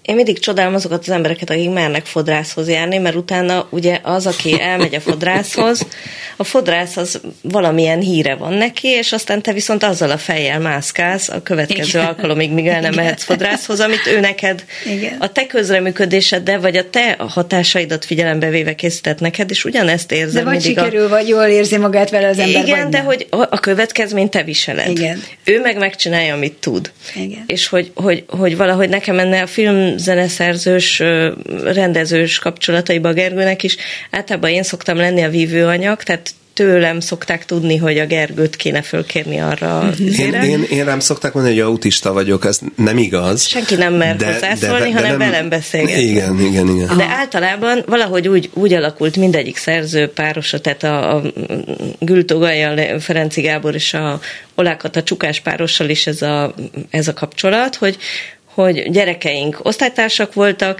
Én mindig csodálom azokat az embereket, akik mernek fodrászhoz járni, mert utána ugye az, aki elmegy a fodrászhoz, a fodrász az valamilyen híre van neki, és aztán te viszont azzal a fejjel mászkálsz a következő Igen. alkalomig, míg el nem Igen. mehetsz fodrászhoz, amit ő neked Igen. a te közreműködéseddel, vagy a te hatásaidat figyelembe véve készített neked, és ugyanezt érzem. De vagy sikerül, a... vagy jól érzi magát vele az ember, Igen, de hogy a következményt te viseled. Igen. Ő meg megcsinálja, amit tud. Igen. És hogy, hogy, hogy valahogy nekem enne a filmzeneszerzős, rendezős kapcsolataiba a Gergőnek is általában én szoktam lenni a vívőanyag, tehát tőlem szokták tudni, hogy a Gergőt kéne fölkérni arra. Én, én, én rám szokták mondani, hogy autista vagyok, ez nem igaz. Senki nem mer de, hozzászólni, de, de hanem nem, velem beszélgetni. Igen, igen, igen. De általában valahogy úgy, úgy alakult mindegyik szerző párosa, tehát a, a Gültó Gajjal, Ferenci Gábor és a Olákat a Csukás párossal is ez a, ez a kapcsolat, hogy hogy gyerekeink osztálytársak voltak,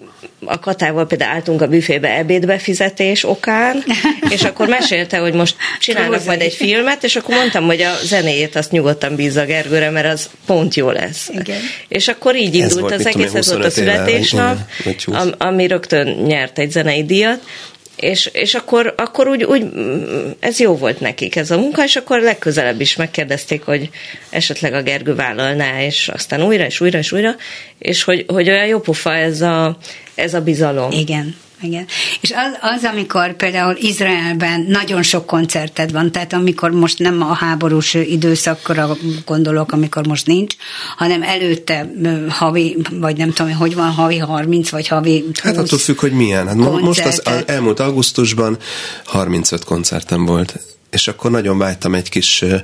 a Katával például álltunk a büfébe ebédbefizetés okán, és akkor mesélte, hogy most csinálnak majd egy filmet, és akkor mondtam, hogy a zenéjét azt nyugodtan bízza Gergőre, mert az pont jó lesz. Igen. És akkor így indult volt, az egész, ez volt a születésnap, am, ami rögtön nyert egy zenei díjat, És, és akkor, akkor úgy, úgy, ez jó volt nekik ez a munka, és akkor legközelebb is megkérdezték, hogy esetleg a Gergő vállalná, és aztán újra, és újra, és újra, és hogy, hogy olyan jó pofa ez a, ez a bizalom. Igen. Igen. És az, az, amikor például Izraelben nagyon sok koncerted van, tehát amikor most nem a háborús időszakra gondolok, amikor most nincs, hanem előtte havi, vagy nem tudom, hogy van, havi harminc, vagy havi húsz. Hát attól függ, hogy milyen. Hát most az, az elmúlt augusztusban harmincöt koncertem volt. És akkor nagyon vágytam egy kis ö,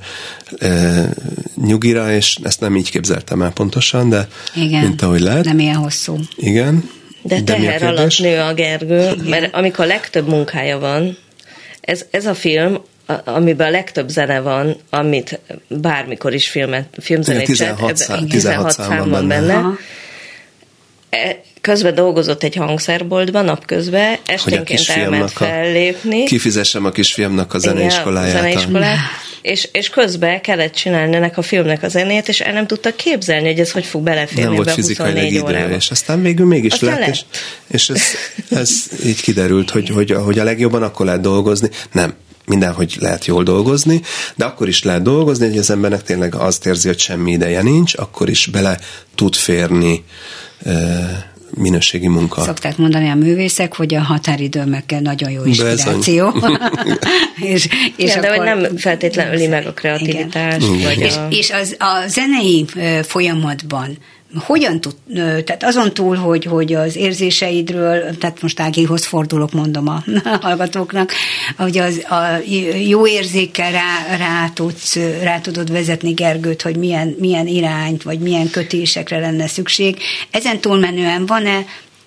ö, nyugira, és ezt nem így képzeltem el pontosan, de igen, mint ahogy lehet. Nem ilyen hosszú. Igen. De, de teher alatt nő a Gergő, igen. Mert amikor a legtöbb munkája van, ez, ez a film, amiben a legtöbb zene van, amit bármikor is filmet, filmzenét tizenhat szám van benne. benne. Közben dolgozott egy hangszerboltban, napközben, esténként elment fellépni. Kifizessem a kisfiamnak a zeneiskoláját. Igen, a zeneiskolát. És, és közben kellett csinálni ennek a filmnek a zenét, és el nem tudta képzelni, hogy ez hogy fog beleférni be a huszonnégy órába. És aztán végül mégis aztán lett, lett. és, és ez, ez így kiderült, hogy, hogy, hogy a legjobban akkor lehet dolgozni. Nem, mindenhogy lehet jól dolgozni, de akkor is lehet dolgozni, hogy az embernek tényleg azt érzi, hogy semmi ideje nincs, akkor is bele tud férni minőségi munka. Szokták mondani a művészek, hogy a határidő meg kell nagyon jó inspiráció. és, és ja, de hogy nem feltétlenül öli meg a kreativitást. Vagy és, a... és az, a zenei folyamatban hogyan tud, tehát azon túl, hogy, hogy az érzéseidről, tehát most Ágihoz fordulok, mondom a hallgatóknak, hogy az, a jó érzékkel rá, rá, tudsz, rá tudod vezetni Gergőt, hogy milyen, milyen irányt, vagy milyen kötésekre lenne szükség. Ezen túlmenően van-e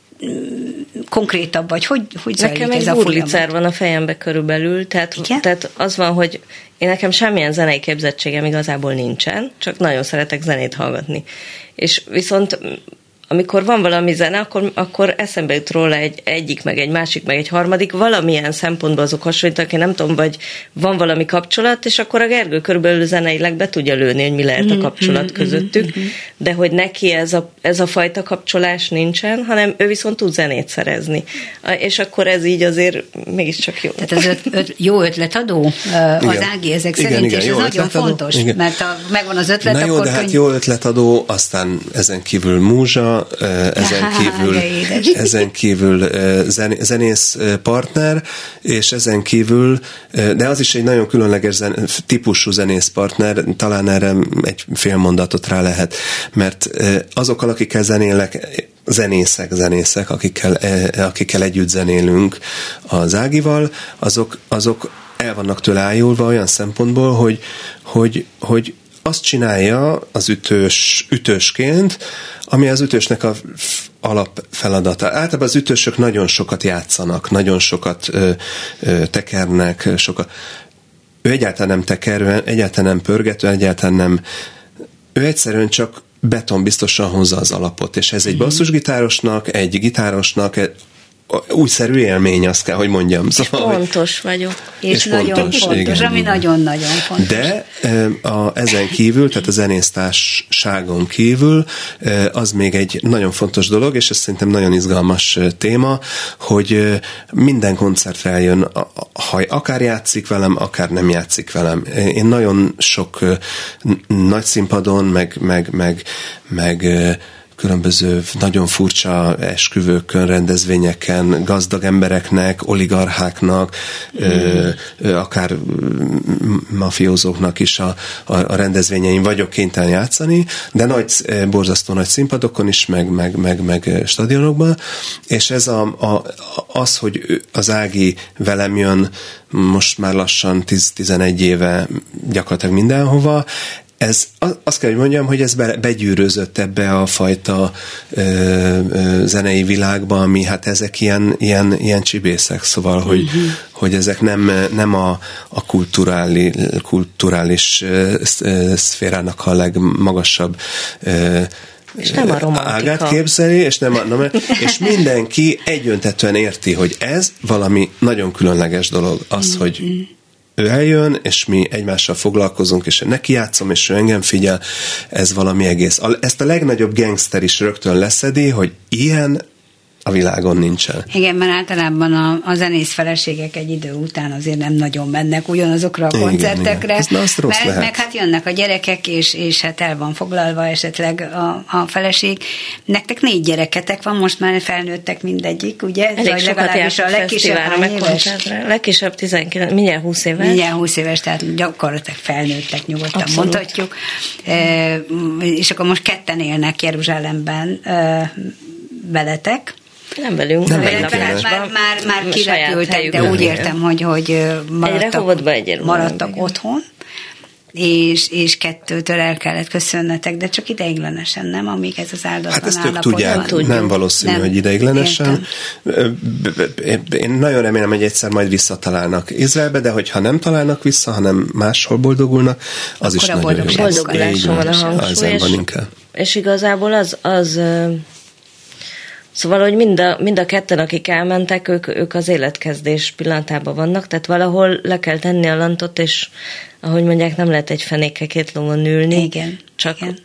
konkrétabb, vagy hogy, hogy zajlik ez a folyamat? Nekem egy Wurlitzer van a fejembe körülbelül, tehát, tehát az van, hogy én nekem semmilyen zenei képzettségem igazából nincsen, csak nagyon szeretek zenét hallgatni. És viszont amikor van valami zene, akkor, akkor eszembe jut róla egy egyik, meg egy másik, meg egy harmadik, valamilyen szempontból azok hasonlítanak, én nem tudom, vagy van valami kapcsolat, és akkor a Gergő körülbelül zeneileg be tudja lőni, hogy mi lehet a kapcsolat közöttük, de hogy neki ez a, ez a fajta kapcsolás nincsen, hanem ő viszont tud zenét szerezni. És akkor ez így azért mégiscsak jó. Tehát az öt, öt, jó ötletadó az Ági ezek igen, szerint, igen, és ez nagyon fontos, igen. Mert ha megvan az ötlet, na akkor jó, de hát jó ötletadó, aztán ezen kívül múzsa, ezen kívül, ezen kívül zenész partner, és ezen kívül, de az is egy nagyon különleges zen, típusú zenész partner, talán erre egy fél mondatot rá lehet, mert azokkal, akikkel zenélek, zenészek, zenészek, akikkel, akikkel együtt zenélünk az Ágival, azok, azok el vannak tőle ájulva olyan szempontból, hogy, hogy, hogy azt csinálja az ütős, ütősként, ami az ütősnek a alapfeladata. Általában az ütősök nagyon sokat játszanak, nagyon sokat ö, ö, tekernek, sokat. Ő egyáltalán nem teker, ő egyáltalán nem pörgető, egyáltalán nem. Ő egyszerűen csak beton biztosan hozza az alapot, és ez egy basszusgitárosnak, egy gitárosnak újszerű élmény, azt kell, hogy mondjam. Szóval, és pontos vagyok. És, és nagyon fontos, fontos igen, ami nagyon-nagyon fontos. De a, ezen kívül, tehát a zenésztárságon kívül az még egy nagyon fontos dolog, és ez szerintem nagyon izgalmas téma, hogy minden koncertre eljön, ha akár játszik velem, akár nem játszik velem. Én nagyon sok nagy színpadon, meg, meg, meg, meg különböző nagyon furcsa esküvőkön, rendezvényeken, gazdag embereknek, oligarcháknak, mm. ö, ö, akár mafiózóknak is a, a, a rendezvényein vagyok kénytelen játszani, de nagy, borzasztó nagy színpadokon is, meg, meg, meg, meg stadionokban, és ez a, a, az, hogy az Ági velem jön most már lassan tíz-tizenegy éve gyakorlatilag mindenhova, ez, azt kell, hogy mondjam, hogy ez be, begyűrözött ebbe a fajta ö, ö, zenei világba, ami hát ezek ilyen, ilyen, ilyen csibészek, szóval, uh-huh. hogy, hogy ezek nem, nem a, a kulturális, kulturális ö, ö, szférának a legmagasabb ö, és nem a romantika. Ágát képzeli, és, nem a, nem, és mindenki egyöntetően érti, hogy ez valami nagyon különleges dolog. Az, uh-huh. hogy ő eljön, és mi egymással foglalkozunk, és neki játszom, és ő engem figyel, ez valami egész. Ezt a legnagyobb gangster is rögtön leszedi, hogy ilyen a világon nincsen. Igen, mert általában a, a zenész feleségek egy idő után azért nem nagyon mennek ugyanazokra a koncertekre. Igen, igen. Ez mert, meg hát jönnek a gyerekek, és, és hát el van foglalva esetleg a, a feleség. Nektek négy gyereketek van, most már felnőttek mindegyik, ugye? Elég vagy sokat legalábbis a legkisebb hány éves? Legkisebb tizenkilenc, mindjárt húsz éves. Mindjárt húsz éves, tehát gyakorlatilag felnőttek, nyugodtan abszolút mondhatjuk. E, és akkor most ketten élnek Jeruzsálemben e, veletek. Nem velünk, nem velünk. Hát már, már, már kirepültek, de úgy értem, hogy, hogy maradtak, maradtak otthon, és, és kettőtől el kellett köszönnetek, de csak ideiglenesen, nem? Amíg ez az áldatlan hát ezt ők tudják, van. Nem valószínű, nem. hogy ideiglenesen. Értem. Én nagyon remélem, hogy egyszer majd visszatalálnak Izraelbe, de hogyha nem találnak vissza, hanem máshol boldogulnak, az akkor is nagyon jó. Boldoguláson van a hangsúly, és, és igazából az, az szóval, hogy mind a, mind a ketten, akik elmentek, ők, ők az életkezdés pillanatában vannak, tehát valahol le kell tenni a lantot, és ahogy mondják, nem lehet egy fenékkel két lovon ülni. Igen. Csak igen.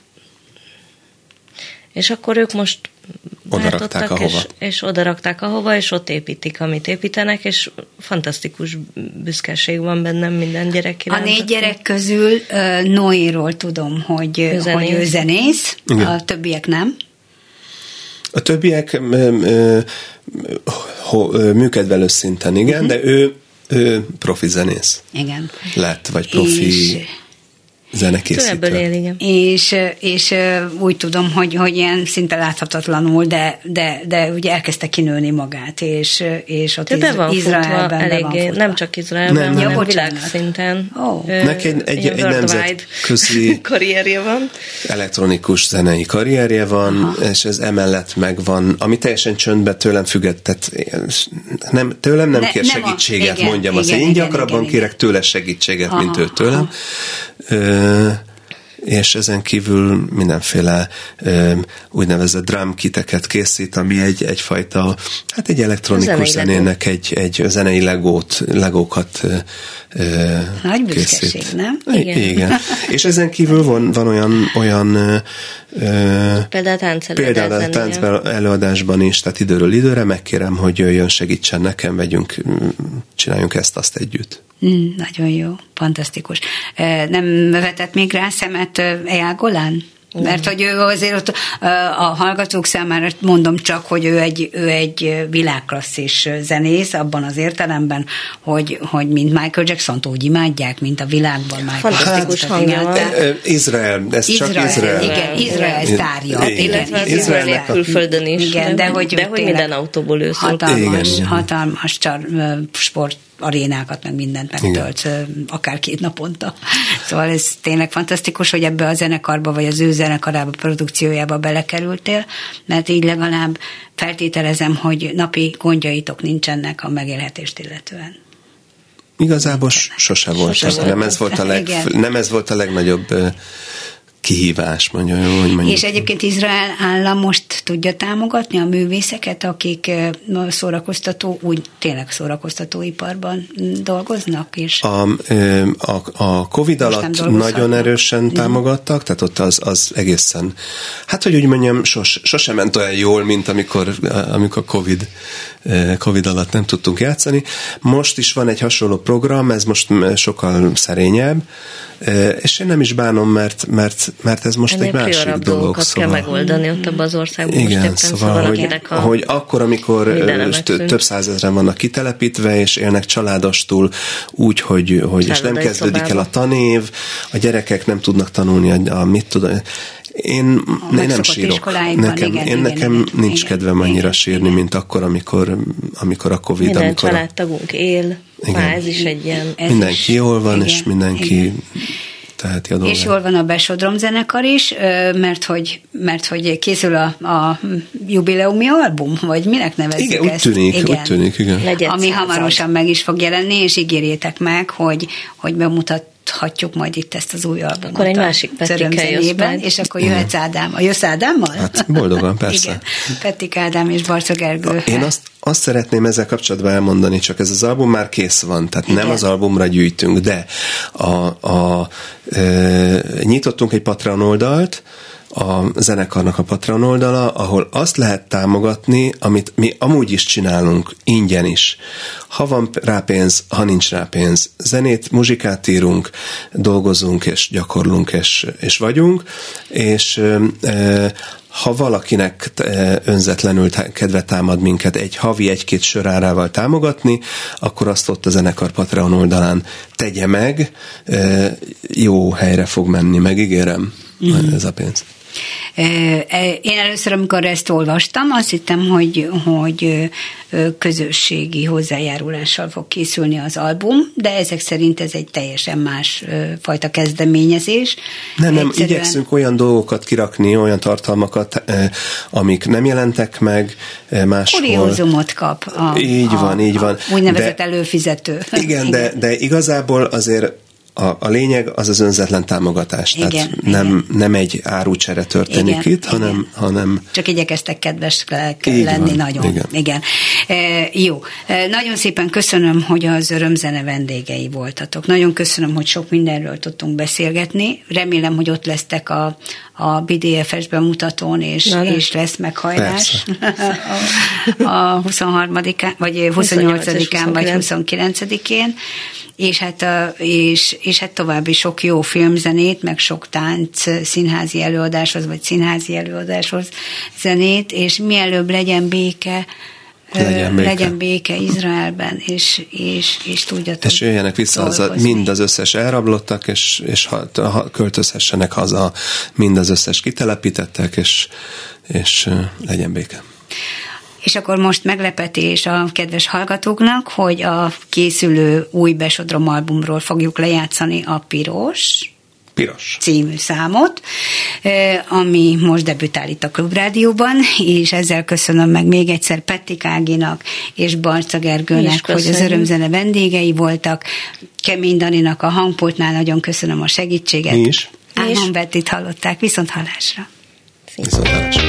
És akkor ők most odarakták ahova. És, és odarakták ahova, és ott építik, amit építenek, és fantasztikus büszkeség van bennem minden gyerek iránt. A négy gyerek közül uh, Noéról tudom, hogy ő zenész, hogy ő zenész a többiek nem. A többiek ö, ö, ö, műkedvelő szinten, igen, uh-huh. de ő, ő profi zenész. Igen. Lett, vagy profi és zenekészítő. Él, igen. És, és úgy tudom, hogy, hogy ilyen szinte láthatatlanul, de, de, de ugye elkezdte kinőni magát, és, és ott iz, Izraelben eléggé, van futva. Nem csak Izraelben, nem, hanem világszinten. Oh. Neki egy, egy, egy nemzetközi karrierje van. Elektronikus zenei karrierje van, aha. és ez emellett megvan, ami teljesen csöndbe tőlem függet, tehát nem, tőlem nem ne, kér nem segítséget, a, igen, mondjam igen, azt. Igen, én gyakrabban igen, kérek tőle segítséget, aha, mint ő tőlem. Ö, és ezen kívül mindenféle ö, úgynevezett drum kiteket készít, ami egy, egyfajta, hát egy elektronikus zenének egy, egy zenei legót, legókat ö, nagy büszkeség, nem? Igen. Igen. És ezen kívül van, van olyan, olyan ö, például a tánc előadásban is, tehát időről időre megkérem, hogy jöjjön, segítsen nekem, vegyünk, csináljunk ezt-azt együtt. Mm, nagyon jó, fantasztikus. Nem vetett még rá szemet Eyal Golan? Mert hogy ő azért ott, a hallgatók számára mondom csak, hogy ő egy, ő egy világklasszis zenész, abban az értelemben, hogy, hogy mint Michael Jackson-t úgy imádják, mint a világban Michael fantasztikus hangja van. Izrael, ez Izrael, csak Izrael. Igen, Izrael sztárja. Illetve az Izrael külföldön is. Igen, de hogy, de hogy minden autóból ő szólt. Hatalmas, igen, hatalmas csar, sport arénákat, meg mindent megtölt, igen, akár két naponta. Szóval ez tényleg fantasztikus, hogy ebbe a zenekarba, vagy az ő zenekarába, produkciójába belekerültél, mert így legalább feltételezem, hogy napi gondjaitok nincsenek a megélhetést illetően. Igazából sose volt. Sose nem, ez volt a leg, nem ez volt a legnagyobb kihívás, mondja, jó, hogy mondjuk. És egyébként Izrael állam most tudja támogatni a művészeket, akik szórakoztató, úgy tényleg szórakoztatóiparban dolgoznak? És a, a, a Covid alatt nagyon erősen mm. támogattak, tehát ott az, az egészen, hát hogy úgy mondjam, sos, sosem ment olyan jól, mint amikor, amikor Covid, Covid alatt nem tudtunk játszani. Most is van egy hasonló program, ez most sokkal szerényebb, és én nem is bánom, mert, mert, mert ez most ennél egy másik dolog. Szóval kell megoldani ott abban az országban. Igen, most szóval, szóval hogy, a hogy akkor, amikor több százezren vannak kitelepítve, és élnek családostul úgy, hogy, hogy és nem kezdődik szobába. El a tanév, a gyerekek nem tudnak tanulni, a, a mit tudom. Én, én nem sírok. Nekem, igen, én igen, nekem igen, nincs igen, kedvem annyira igen, sírni, igen. mint akkor, amikor, amikor a Covid. Minden amikor családtagunk él, már ez is egy ilyen... Mindenki jól van, igen, és mindenki... Igen. teheti a dolgát. És jól van a Besodrom zenekar is, mert hogy, mert hogy készül a, a jubileumi album, vagy minek nevezzük igen, ezt? Úgy tűnik, igen, úgy tűnik, igen. Legyen ami század. Hamarosan meg is fog jelenni, és ígérjétek meg, hogy, hogy bemutathatjuk majd itt ezt az új albumot. Akkor egy másik Petike jössz majd. És akkor jöhetsz Ádám. Jössz Ádámmal? Hát boldogan, persze. Igen. Petike Ádám és Barca Gergő. Én azt, azt szeretném ezzel kapcsolatban elmondani, csak ez az album már kész van, tehát igen. nem az albumra gyűjtünk, de a, a, e, nyitottunk egy Patreon oldalt, a zenekarnak a Patreon oldala, ahol azt lehet támogatni, amit mi amúgy is csinálunk, ingyen is. Ha van rá pénz, ha nincs rá pénz. Zenét, muzsikát írunk, dolgozunk és gyakorlunk és, és vagyunk, és e, ha valakinek önzetlenül kedve támad minket egy havi egy-két sörárával támogatni, akkor azt ott a zenekar Patreon oldalán tegye meg, jó helyre fog menni, megígérem, mm. ez a pénz. Én először, amikor ezt olvastam, azt hittem, hogy, hogy közösségi hozzájárulással fog készülni az album, de ezek szerint ez egy teljesen más fajta kezdeményezés. Nem, nem, Egyszerűen... igyekszünk olyan dolgokat kirakni, olyan tartalmakat, amik nem jelentek meg máshol. Kuriózumot kap a, így van, a, így van. A úgynevezett de, előfizető. Igen, de, de igazából azért A, a lényeg az az önzetlen támogatás. Igen, tehát igen. Nem, nem egy árucsere történik igen, itt, hanem, igen. hanem... Csak igyekeztek kedvesek lenni van, nagyon. Igen. igen. E, jó. E, nagyon szépen köszönöm, hogy az Örömzene vendégei voltatok. Nagyon köszönöm, hogy sok mindenről tudtunk beszélgetni. Remélem, hogy ott lesztek a, a bé dé ef es bemutatón, és, és lesz meghajlás a, a huszonharmadikán, vagy huszonnyolcadikán, vagy huszonkilencedikén. És hát, a, és, és hát további sok jó filmzenét, meg sok tánc színházi előadáshoz, vagy színházi előadáshoz zenét, és mielőbb legyen béke, legyen béke, legyen béke Izraelben, és, és, és tudjatok és jöjjenek vissza haza mind az összes elrablottak, és, és ha, ha költözhessenek haza mind az összes kitelepítettek, és, és legyen béke. És akkor most meglepetés a kedves hallgatóknak, hogy a készülő új Besodrom albumról fogjuk lejátszani a Piros, Piros című számot, ami most debütál itt a Klubrádióban, és ezzel köszönöm meg még egyszer Petike Áginak és Barca Gergőnek, hogy az Örömzene vendégei voltak. Kemény Daninak a hangpultnál nagyon köszönöm a segítséget. Mi is. Ámon Bettit hallották. Viszont hallásra. Viszont hallásra.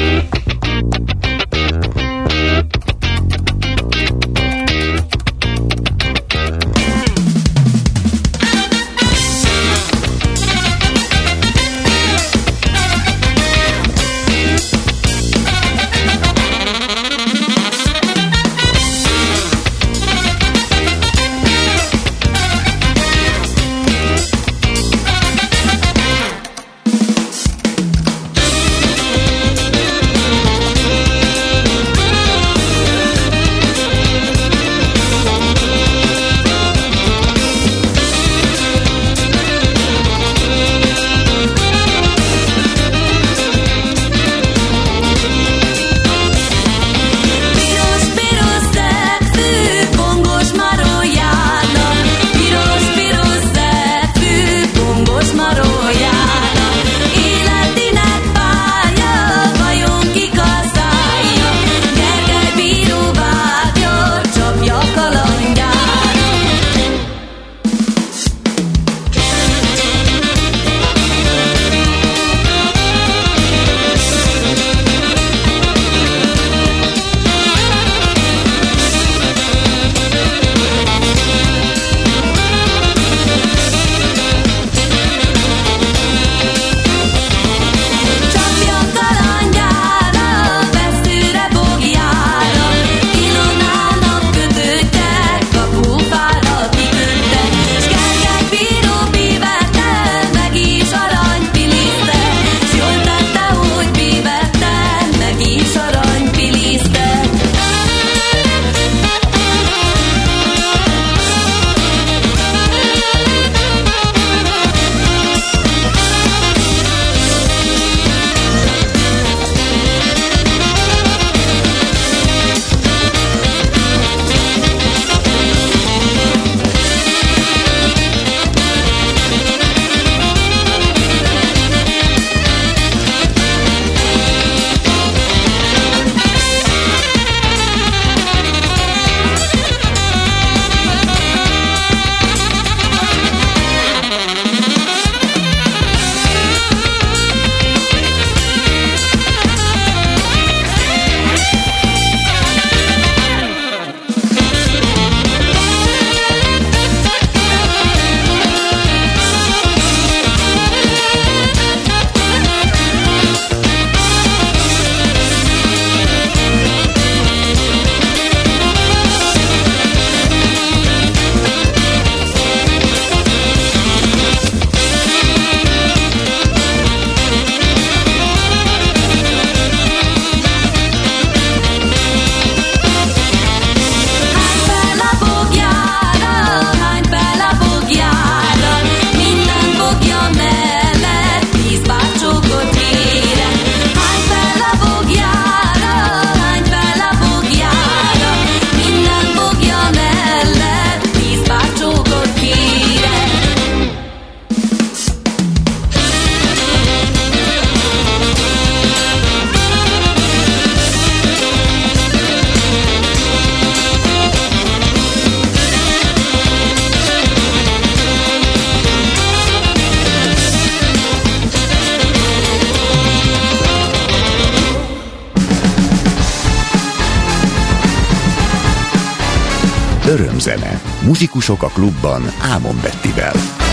Örömzene. Muzsikusok a klubban Ámon Bettivel.